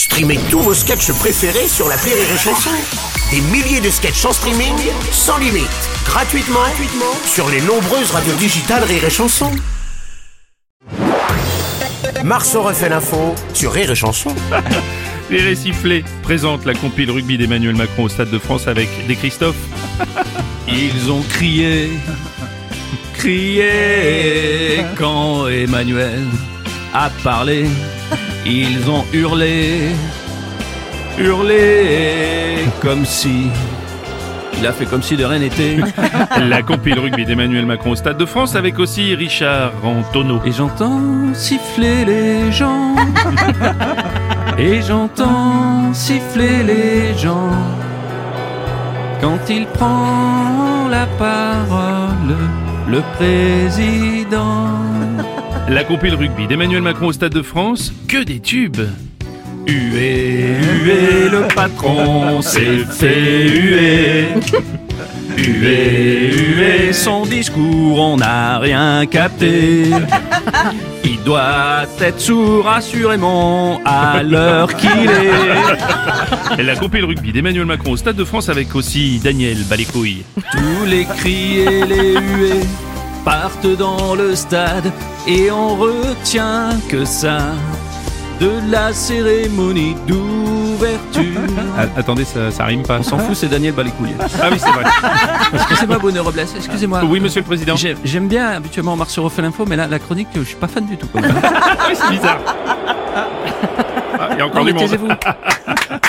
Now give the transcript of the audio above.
Streamez tous vos sketchs préférés sur l'appli Rire et Chanson. Des milliers de sketchs en streaming, sans limite, gratuitement sur les nombreuses radios digitales Rire et Chanson. Marceau refait l'info sur Rire et Chanson. Les Résifflés présentent la compile rugby d'Emmanuel Macron au Stade de France avec des Christophe. Ils ont crié quand Emmanuel a parlé. Ils ont hurlé comme si... Il a fait comme si de rien n'était. La compile rugby d'Emmanuel Macron au Stade de France avec aussi Richard Antonneau. Et j'entends siffler les gens. Et j'entends siffler les gens. Quand il prend la parole, le président. La compile rugby d'Emmanuel Macron au Stade de France, que des tubes. Hué, le patron s'est fait huer. Hué, son discours, on n'a rien capté. Il doit être sourd, assurément, à l'heure qu'il est. La compile rugby d'Emmanuel Macron au Stade de France avec aussi Daniel Balécouille. Tous les cris et les huées partent dans le stade et on retient que ça de la cérémonie d'ouverture. Attendez, ça rime pas. On s'en fout, c'est Daniel Balécouille. Ah oui, c'est vrai. Excusez-moi, Bonheur Robles, excusez-moi. Oui, monsieur le président. J'aime bien habituellement Marceau refait l'info, mais là, la chronique, je suis pas fan du tout. Oui, c'est bizarre. Il y a encore Non, du mais monde. taisez-vous.